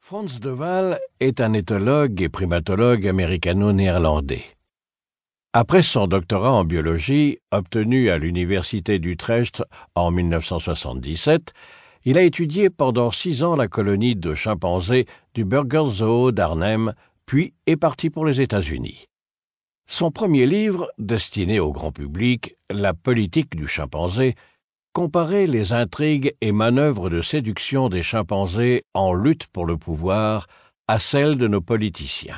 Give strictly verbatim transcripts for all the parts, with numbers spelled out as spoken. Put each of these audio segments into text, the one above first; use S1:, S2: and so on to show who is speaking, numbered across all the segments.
S1: Frans de Waal est un éthologue et primatologue américano-néerlandais. Après son doctorat en biologie, obtenu à l'Université d'Utrecht en mille neuf cent soixante-dix-sept, il a étudié pendant six ans la colonie de chimpanzés du Burgers Zoo d'Arnhem, puis est parti pour les États-Unis. Son premier livre, destiné au grand public, La politique du chimpanzé, comparait les intrigues et manœuvres de séduction des chimpanzés en lutte pour le pouvoir à celles de nos politiciens.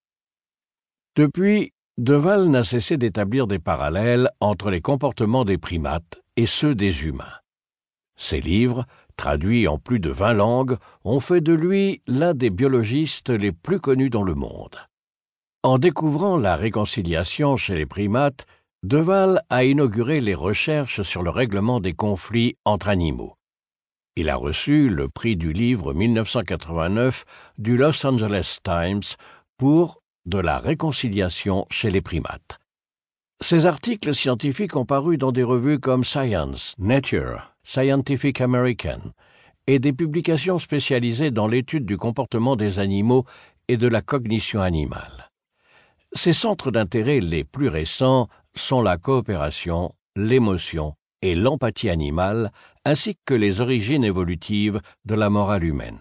S1: Depuis, de Waal n'a cessé d'établir des parallèles entre les comportements des primates et ceux des humains. Ses livres, traduits en plus de vingt langues, ont fait de lui l'un des biologistes les plus connus dans le monde. En découvrant la réconciliation chez les primates, de Waal a inauguré les recherches sur le règlement des conflits entre animaux. Il a reçu le prix du livre mille neuf cent quatre-vingt-neuf du Los Angeles Times pour de la réconciliation chez les primates. Ses articles scientifiques ont paru dans des revues comme Science, Nature, Scientific American et des publications spécialisées dans l'étude du comportement des animaux et de la cognition animale. Ses centres d'intérêt les plus récents sont la coopération, l'émotion et l'empathie animale, ainsi que les origines évolutives de la morale humaine.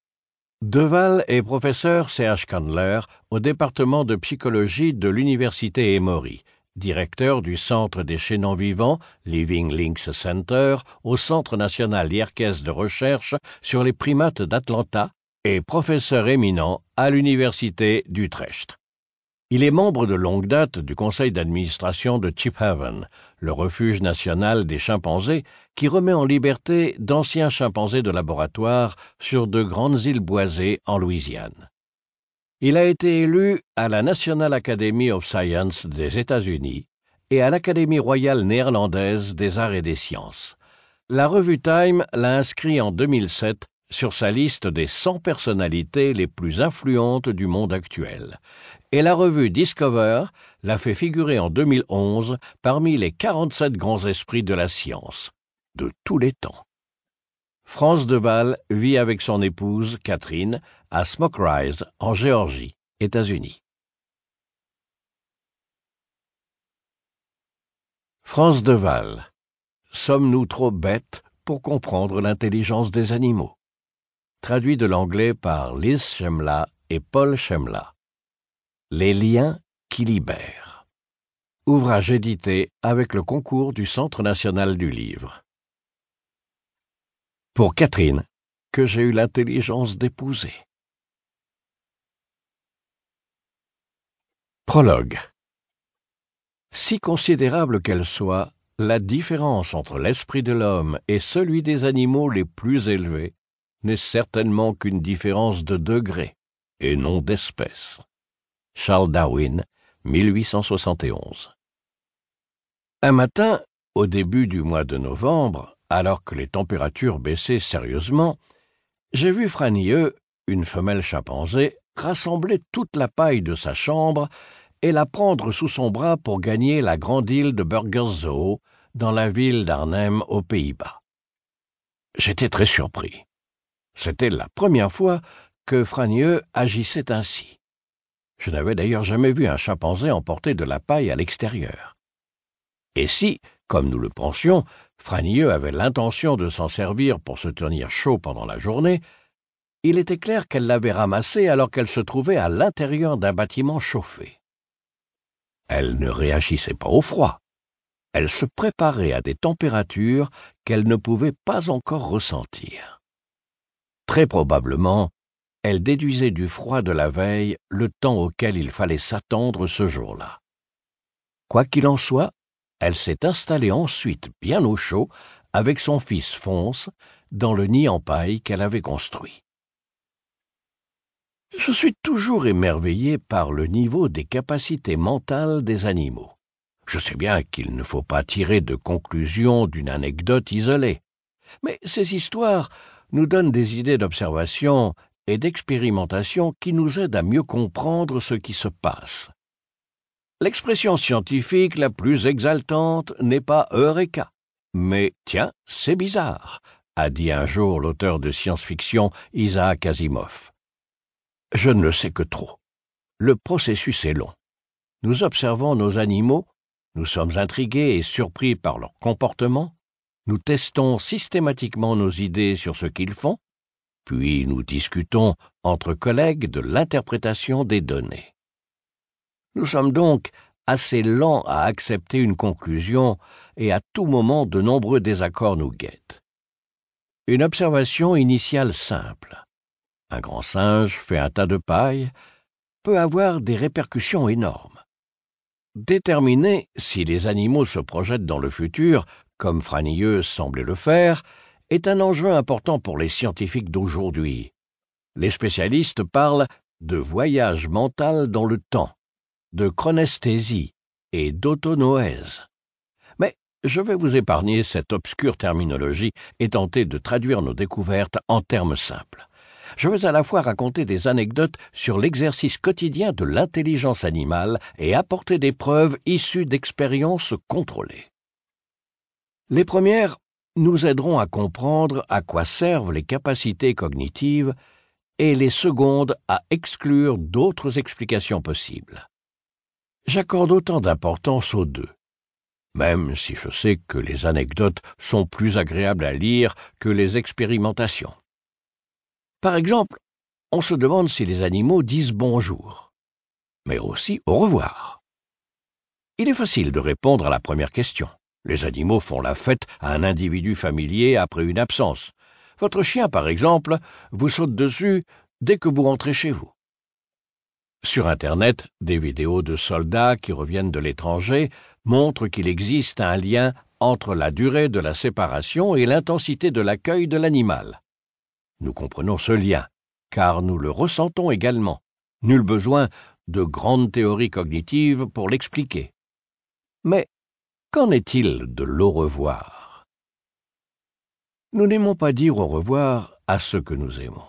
S1: De Waal est professeur C H Candler au département de psychologie de l'Université Emory, directeur du Centre des chaînons vivants, Living Links Center, au Centre national Yerkes de recherche sur les primates d'Atlanta et professeur éminent à l'Université d'Utrecht. Il est membre de longue date du conseil d'administration de Chip Haven, le refuge national des chimpanzés qui remet en liberté d'anciens chimpanzés de laboratoire sur de grandes îles boisées en Louisiane. Il a été élu à la National Academy of Science des États-Unis et à l'Académie royale néerlandaise des arts et des sciences. La revue Time l'a inscrit en deux mille sept sur sa liste des cent personnalités les plus influentes du monde actuel. Et la revue Discover l'a fait figurer en deux mille onze parmi les quarante-sept grands esprits de la science, de tous les temps. Frans de Waal vit avec son épouse, Catherine, à Smoke Rise, en Géorgie, États-Unis. Frans de Waal. Sommes-nous trop bêtes pour comprendre l'intelligence des animaux? Traduit de l'anglais par Liz Shemla et Paul Shemla. Les liens qui libèrent. Ouvrage édité avec le concours du Centre national du livre. Pour Catherine, que j'ai eu l'intelligence d'épouser. Prologue. Si considérable qu'elle soit, la différence entre l'esprit de l'homme et celui des animaux les plus élevés n'est certainement qu'une différence de degré, et non d'espèce. Charles Darwin, mille huit cent soixante et onze. Un matin, au début du mois de novembre, alors que les températures baissaient sérieusement, j'ai vu Franieux, une femelle chimpanzé, rassembler toute la paille de sa chambre et la prendre sous son bras pour gagner la grande île de Burgers Zoo, dans la ville d'Arnhem, aux Pays-Bas. J'étais très surpris. C'était la première fois que Franieux agissait ainsi. Je n'avais d'ailleurs jamais vu un chimpanzé emporter de la paille à l'extérieur. Et si, comme nous le pensions, Franieux avait l'intention de s'en servir pour se tenir chaud pendant la journée, il était clair qu'elle l'avait ramassé alors qu'elle se trouvait à l'intérieur d'un bâtiment chauffé. Elle ne réagissait pas au froid. Elle se préparait à des températures qu'elle ne pouvait pas encore ressentir. Très probablement, elle déduisait du froid de la veille le temps auquel il fallait s'attendre ce jour-là. Quoi qu'il en soit, elle s'est installée ensuite bien au chaud avec son fils Phonse dans le nid en paille qu'elle avait construit. Je suis toujours émerveillé par le niveau des capacités mentales des animaux. Je sais bien qu'il ne faut pas tirer de conclusion d'une anecdote isolée, mais ces histoires nous donnent des idées d'observation et d'expérimentation qui nous aident à mieux comprendre ce qui se passe. L'expression scientifique la plus exaltante n'est pas « Eureka », mais « Tiens, c'est bizarre », a dit un jour l'auteur de science-fiction Isaac Asimov. Je ne le sais que trop. Le processus est long. Nous observons nos animaux, nous sommes intrigués et surpris par leur comportement, nous testons systématiquement nos idées sur ce qu'ils font, puis nous discutons entre collègues de l'interprétation des données. Nous sommes donc assez lents à accepter une conclusion et à tout moment de nombreux désaccords nous guettent. Une observation initiale simple. Un grand singe fait un tas de paille peut avoir des répercussions énormes. Déterminer si les animaux se projettent dans le futur, comme Franieux semblait le faire, est un enjeu important pour les scientifiques d'aujourd'hui. Les spécialistes parlent de voyage mental dans le temps, de chronesthésie et d'autonoèse. Mais je vais vous épargner cette obscure terminologie et tenter de traduire nos découvertes en termes simples. Je vais à la fois raconter des anecdotes sur l'exercice quotidien de l'intelligence animale et apporter des preuves issues d'expériences contrôlées. Les premières nous aideront à comprendre à quoi servent les capacités cognitives et les secondes à exclure d'autres explications possibles. J'accorde autant d'importance aux deux, même si je sais que les anecdotes sont plus agréables à lire que les expérimentations. Par exemple, on se demande si les animaux disent bonjour, mais aussi au revoir. Il est facile de répondre à la première question. Les animaux font la fête à un individu familier après une absence. Votre chien, par exemple, vous saute dessus dès que vous rentrez chez vous. Sur Internet, des vidéos de soldats qui reviennent de l'étranger montrent qu'il existe un lien entre la durée de la séparation et l'intensité de l'accueil de l'animal. Nous comprenons ce lien, car nous le ressentons également. Nul besoin de grandes théories cognitives pour l'expliquer. Mais qu'en est-il de l'au revoir? Nous n'aimons pas dire au revoir à ceux que nous aimons.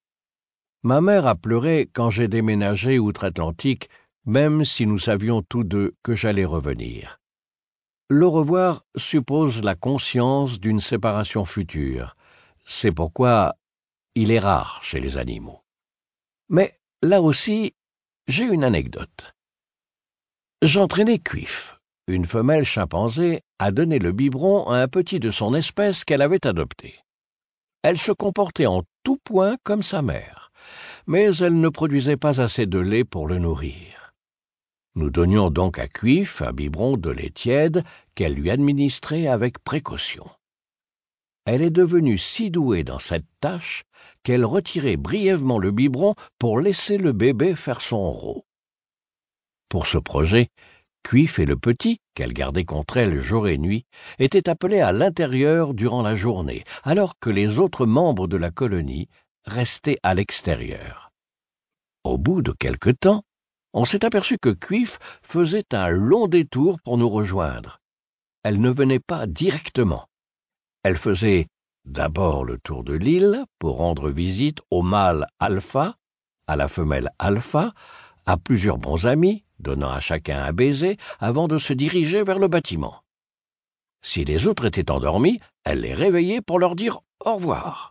S1: Ma mère a pleuré quand j'ai déménagé outre-Atlantique, même si nous savions tous deux que j'allais revenir. L'au revoir suppose la conscience d'une séparation future. C'est pourquoi il est rare chez les animaux. Mais là aussi, j'ai une anecdote. J'entraînais Cuif, une femelle chimpanzé, à donner le biberon à un petit de son espèce qu'elle avait adopté. Elle se comportait en tout point comme sa mère, mais elle ne produisait pas assez de lait pour le nourrir. Nous donnions donc à Cuif un biberon de lait tiède qu'elle lui administrait avec précaution. Elle est devenue si douée dans cette tâche qu'elle retirait brièvement le biberon pour laisser le bébé faire son rot. Pour ce projet, Cuif et le petit, qu'elle gardait contre elle jour et nuit, étaient appelés à l'intérieur durant la journée, alors que les autres membres de la colonie restaient à l'extérieur. Au bout de quelque temps, on s'est aperçu que Cuif faisait un long détour pour nous rejoindre. Elle ne venait pas directement. Elle faisait d'abord le tour de l'île pour rendre visite au mâle alpha, à la femelle alpha, à plusieurs bons amis, donnant à chacun un baiser avant de se diriger vers le bâtiment. Si les autres étaient endormis, elle les réveillait pour leur dire au revoir.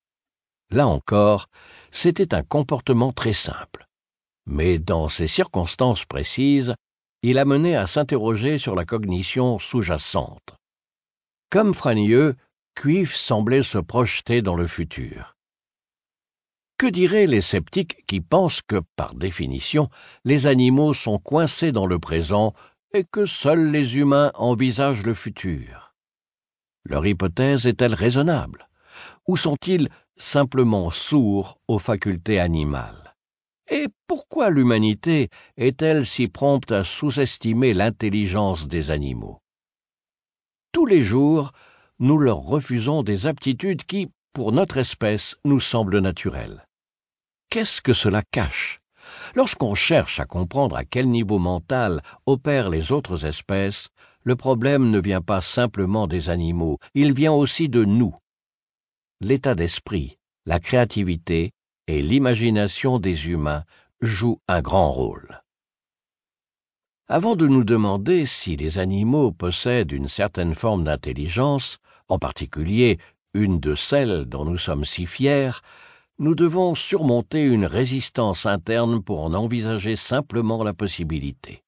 S1: Là encore, c'était un comportement très simple. Mais dans ces circonstances précises, il amenait à s'interroger sur la cognition sous-jacente. Comme Franieux, Cuif semblait se projeter dans le futur. Que diraient les sceptiques qui pensent que, par définition, les animaux sont coincés dans le présent et que seuls les humains envisagent le futur? Leur hypothèse est-elle raisonnable? Ou sont-ils simplement sourds aux facultés animales? Et pourquoi l'humanité est-elle si prompte à sous-estimer l'intelligence des animaux? Tous les jours, nous leur refusons des aptitudes qui, pour notre espèce, nous semblent naturelles. Qu'est-ce que cela cache? Lorsqu'on cherche à comprendre à quel niveau mental opèrent les autres espèces, le problème ne vient pas simplement des animaux, il vient aussi de nous. L'état d'esprit, la créativité et l'imagination des humains jouent un grand rôle. Avant de nous demander si les animaux possèdent une certaine forme d'intelligence, en particulier une de celles dont nous sommes si fiers, nous devons surmonter une résistance interne pour en envisager simplement la possibilité.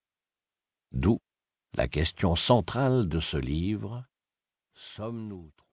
S1: D'où la question centrale de ce livre: sommes-nous